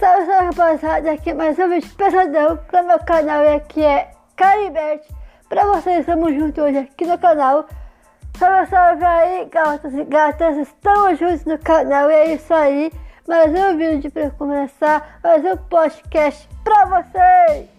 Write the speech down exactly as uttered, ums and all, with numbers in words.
Salve, salve rapaziada, aqui é mais um vídeo pesadão para meu canal e aqui é Caribert. Pra vocês, estamos juntos hoje aqui no canal. Salve, salve aí, gatas e gatas, estamos juntos no canal e é isso aí. Mais um vídeo para começar, mais um podcast pra vocês.